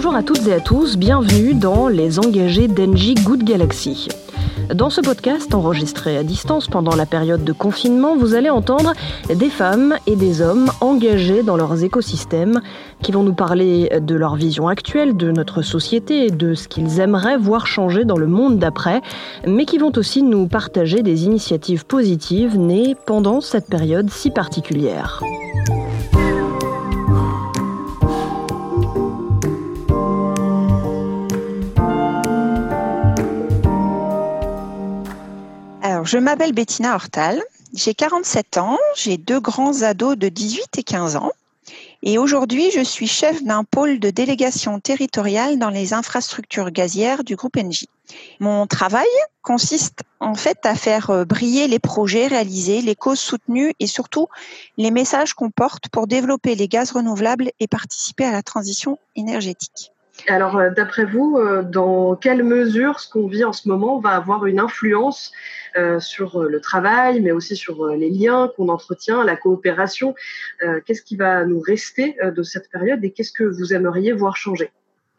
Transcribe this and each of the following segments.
Bonjour à toutes et à tous, bienvenue dans Les Engagés d'Engie Good Galaxy. Dans ce podcast, enregistré à distance pendant la période de confinement, vous allez entendre des femmes et des hommes engagés dans leurs écosystèmes qui vont nous parler de leur vision actuelle de notre société et de ce qu'ils aimeraient voir changer dans le monde d'après, mais qui vont aussi nous partager des initiatives positives nées pendant cette période si particulière. Je m'appelle Bettina Hortal, j'ai 47 ans, j'ai 2 grands ados de 18 et 15 ans et aujourd'hui je suis chef d'un pôle de délégation territoriale dans les infrastructures gazières du groupe Engie. Mon travail consiste en fait à faire briller les projets réalisés, les causes soutenues et surtout les messages qu'on porte pour développer les gaz renouvelables et participer à la transition énergétique. Alors, d'après vous, dans quelle mesure ce qu'on vit en ce moment va avoir une influence sur le travail, mais aussi sur les liens qu'on entretient, la coopération? Qu'est-ce qui va nous rester de cette période et qu'est-ce que vous aimeriez voir changer?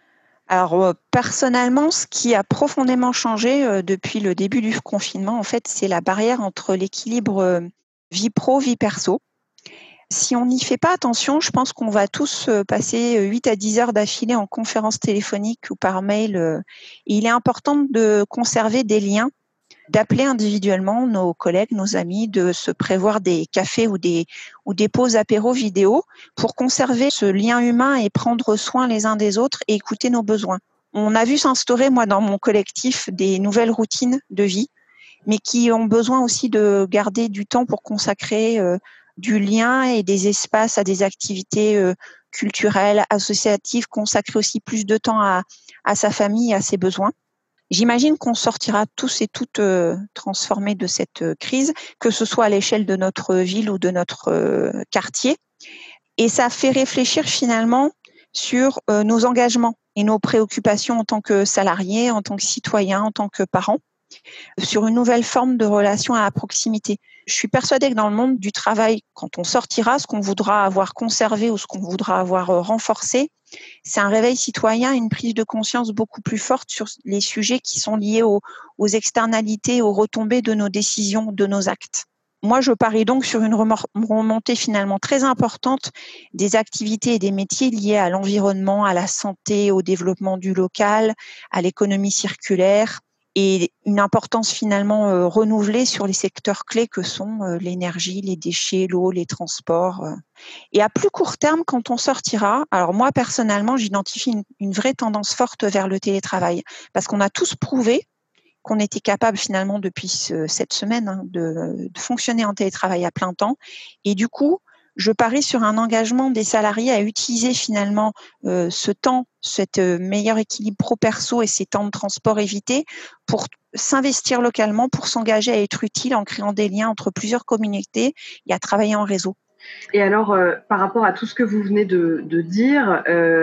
Alors, personnellement, ce qui a profondément changé depuis le début du confinement, en fait, c'est la barrière entre l'équilibre vie pro, vie perso. Si on n'y fait pas attention, je pense qu'on va tous passer 8 à 10 heures d'affilée en conférence téléphonique ou par mail. Et il est important de conserver des liens, d'appeler individuellement nos collègues, nos amis, de se prévoir des cafés ou des pauses apéro vidéo pour conserver ce lien humain et prendre soin les uns des autres et écouter nos besoins. On a vu s'instaurer, moi, dans mon collectif, des nouvelles routines de vie, mais qui ont besoin aussi de garder du temps pour consacrer du lien et des espaces à des activités culturelles, associatives, consacrer aussi plus de temps à sa famille et à ses besoins. J'imagine qu'on sortira tous et toutes transformés de cette crise, que ce soit à l'échelle de notre ville ou de notre quartier. Et ça fait réfléchir finalement sur nos engagements et nos préoccupations en tant que salariés, en tant que citoyens, en tant que parents, sur une nouvelle forme de relation à la proximité. Je suis persuadée que dans le monde du travail, quand on sortira, ce qu'on voudra avoir conservé ou ce qu'on voudra avoir renforcé, c'est un réveil citoyen, une prise de conscience beaucoup plus forte sur les sujets qui sont liés aux externalités, aux retombées de nos décisions, de nos actes. Moi, je parie donc sur une remontée finalement très importante des activités et des métiers liés à l'environnement, à la santé, au développement du local, à l'économie circulaire, et une importance finalement renouvelée sur les secteurs clés que sont l'énergie, les déchets, l'eau, les transports. Et à plus court terme, quand on sortira, alors moi personnellement, j'identifie une vraie tendance forte vers le télétravail, parce qu'on a tous prouvé qu'on était capable finalement depuis cette semaine de fonctionner en télétravail à plein temps. Et du coup, je parie sur un engagement des salariés à utiliser finalement ce temps, cet meilleur équilibre pro-perso et ces temps de transport évités pour s'investir localement, pour s'engager à être utile en créant des liens entre plusieurs communautés et à travailler en réseau. Et alors, par rapport à tout ce que vous venez de dire,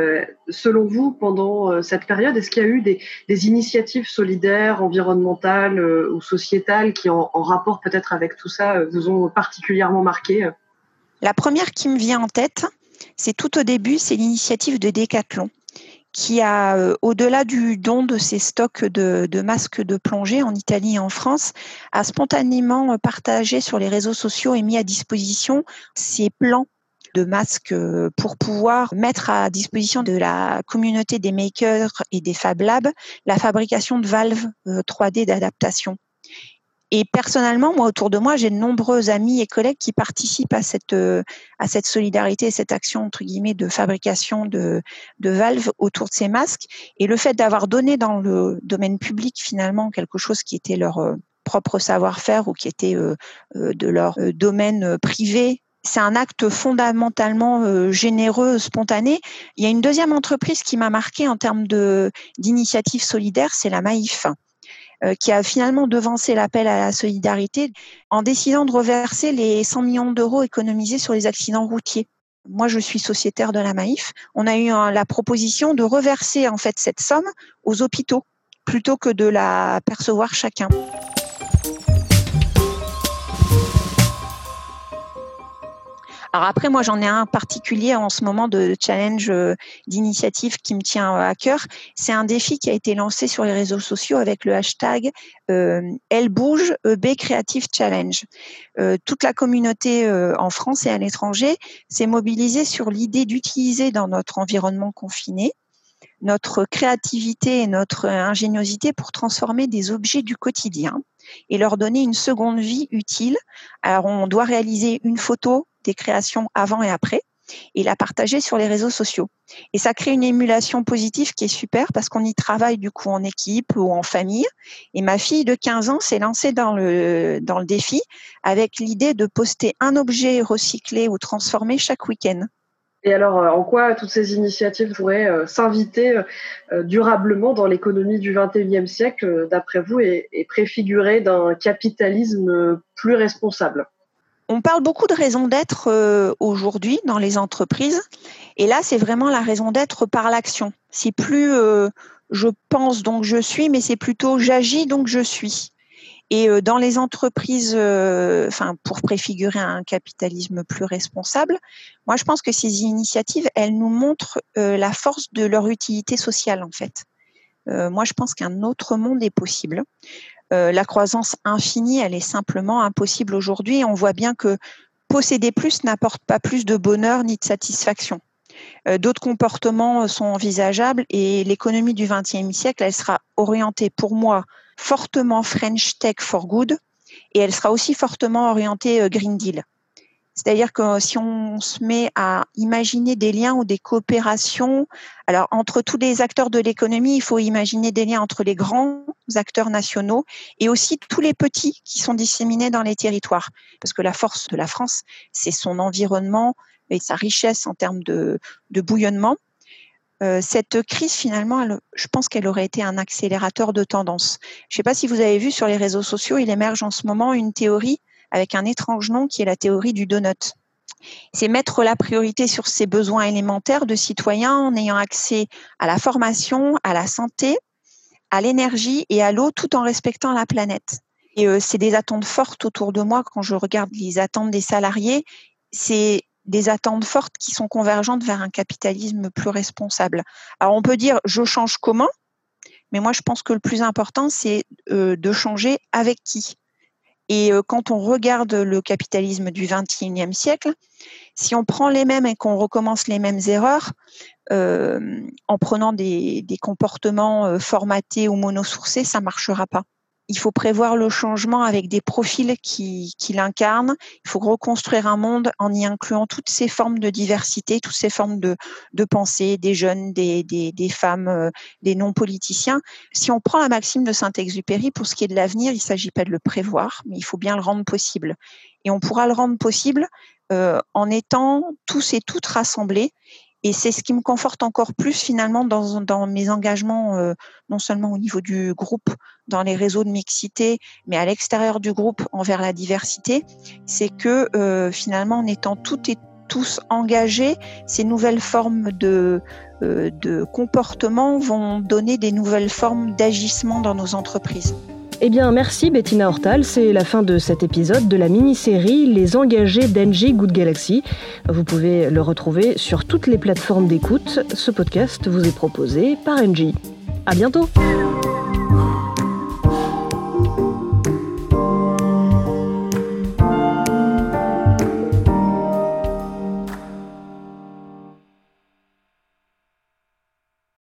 selon vous, pendant cette période, est-ce qu'il y a eu des initiatives solidaires, environnementales ou sociétales qui, en rapport peut-être avec tout ça, vous ont particulièrement marqué? La première qui me vient en tête, c'est tout au début, c'est l'initiative de Decathlon, qui a, au-delà du don de ses stocks de masques de plongée en Italie et en France, a spontanément partagé sur les réseaux sociaux et mis à disposition ses plans de masques pour pouvoir mettre à disposition de la communauté des makers et des Fab Labs la fabrication de valves 3D d'adaptation. Et personnellement, moi, autour de moi, j'ai de nombreux amis et collègues qui participent à cette solidarité, cette action, entre guillemets, de fabrication de valves autour de ces masques. Et le fait d'avoir donné dans le domaine public, finalement, quelque chose qui était leur propre savoir-faire ou qui était de leur domaine privé, c'est un acte fondamentalement généreux, spontané. Il y a une deuxième entreprise qui m'a marquée en termes d'initiative solidaire, c'est la Maïf, qui a finalement devancé l'appel à la solidarité en décidant de reverser les 100 millions d'euros économisés sur les accidents routiers. Moi, je suis sociétaire de la Maïf. On a eu la proposition de reverser en fait cette somme aux hôpitaux plutôt que de la percevoir chacun. Alors après, moi, j'en ai un particulier en ce moment de challenge d'initiative qui me tient à cœur. C'est un défi qui a été lancé sur les réseaux sociaux avec le hashtag Elle bouge EB Creative Challenge. Toute la communauté en France et à l'étranger s'est mobilisée sur l'idée d'utiliser dans notre environnement confiné notre créativité et notre ingéniosité pour transformer des objets du quotidien et leur donner une seconde vie utile. Alors, on doit réaliser une photo des créations avant et après et la partager sur les réseaux sociaux. Et ça crée une émulation positive qui est super parce qu'on y travaille du coup en équipe ou en famille. Et ma fille de 15 ans s'est lancée dans le défi avec l'idée de poster un objet recyclé ou transformé chaque week-end. Et alors, en quoi toutes ces initiatives pourraient s'inviter durablement dans l'économie du XXIe siècle, d'après vous, et préfigurer d'un capitalisme plus responsable ? On parle beaucoup de raison d'être aujourd'hui dans les entreprises. Et là, c'est vraiment la raison d'être par l'action. C'est plus je pense donc je suis, mais c'est plutôt j'agis donc je suis. Et dans les entreprises, pour préfigurer un capitalisme plus responsable, moi je pense que ces initiatives, elles nous montrent la force de leur utilité sociale en fait. Moi je pense qu'un autre monde est possible. La croissance infinie, elle est simplement impossible aujourd'hui. On voit bien que posséder plus n'apporte pas plus de bonheur ni de satisfaction. D'autres comportements sont envisageables et l'économie du XXe siècle, elle sera orientée pour moi fortement French Tech for Good et elle sera aussi fortement orientée Green Deal. C'est-à-dire que si on se met à imaginer des liens ou des coopérations, alors entre tous les acteurs de l'économie, il faut imaginer des liens entre les grands acteurs nationaux et aussi tous les petits qui sont disséminés dans les territoires. Parce que la force de la France, c'est son environnement et sa richesse en termes de bouillonnement. Cette crise, finalement, je pense qu'elle aurait été un accélérateur de tendance. Je ne sais pas si vous avez vu sur les réseaux sociaux, il émerge en ce moment une théorie avec un étrange nom qui est la théorie du donut. C'est mettre la priorité sur ses besoins élémentaires de citoyens en ayant accès à la formation, à la santé, à l'énergie et à l'eau tout en respectant la planète. Et c'est des attentes fortes autour de moi quand je regarde les attentes des salariés. C'est des attentes fortes qui sont convergentes vers un capitalisme plus responsable. Alors on peut dire je change comment, mais moi je pense que le plus important c'est de changer avec qui. Et quand on regarde le capitalisme du XXIe siècle, si on prend les mêmes et qu'on recommence les mêmes erreurs, en prenant des comportements formatés ou monosourcés, ça ne marchera pas. Il faut prévoir le changement avec des profils qui l'incarnent. Il faut reconstruire un monde en y incluant toutes ces formes de diversité, toutes ces formes de pensée, des jeunes, des femmes, des non-politiciens. Si on prend la maxime de Saint-Exupéry, pour ce qui est de l'avenir, il ne s'agit pas de le prévoir, mais il faut bien le rendre possible. Et on pourra le rendre possible en étant tous et toutes rassemblés. Et c'est ce qui me conforte encore plus finalement dans mes engagements, non seulement au niveau du groupe, dans les réseaux de mixité, mais à l'extérieur du groupe envers la diversité, c'est que finalement en étant toutes et tous engagés, ces nouvelles formes de comportement vont donner des nouvelles formes d'agissement dans nos entreprises. Eh bien, merci Bettina Hortal. C'est la fin de cet épisode de la mini-série Les engagés d'Engie Good Galaxy. Vous pouvez le retrouver sur toutes les plateformes d'écoute. Ce podcast vous est proposé par Engie. À bientôt.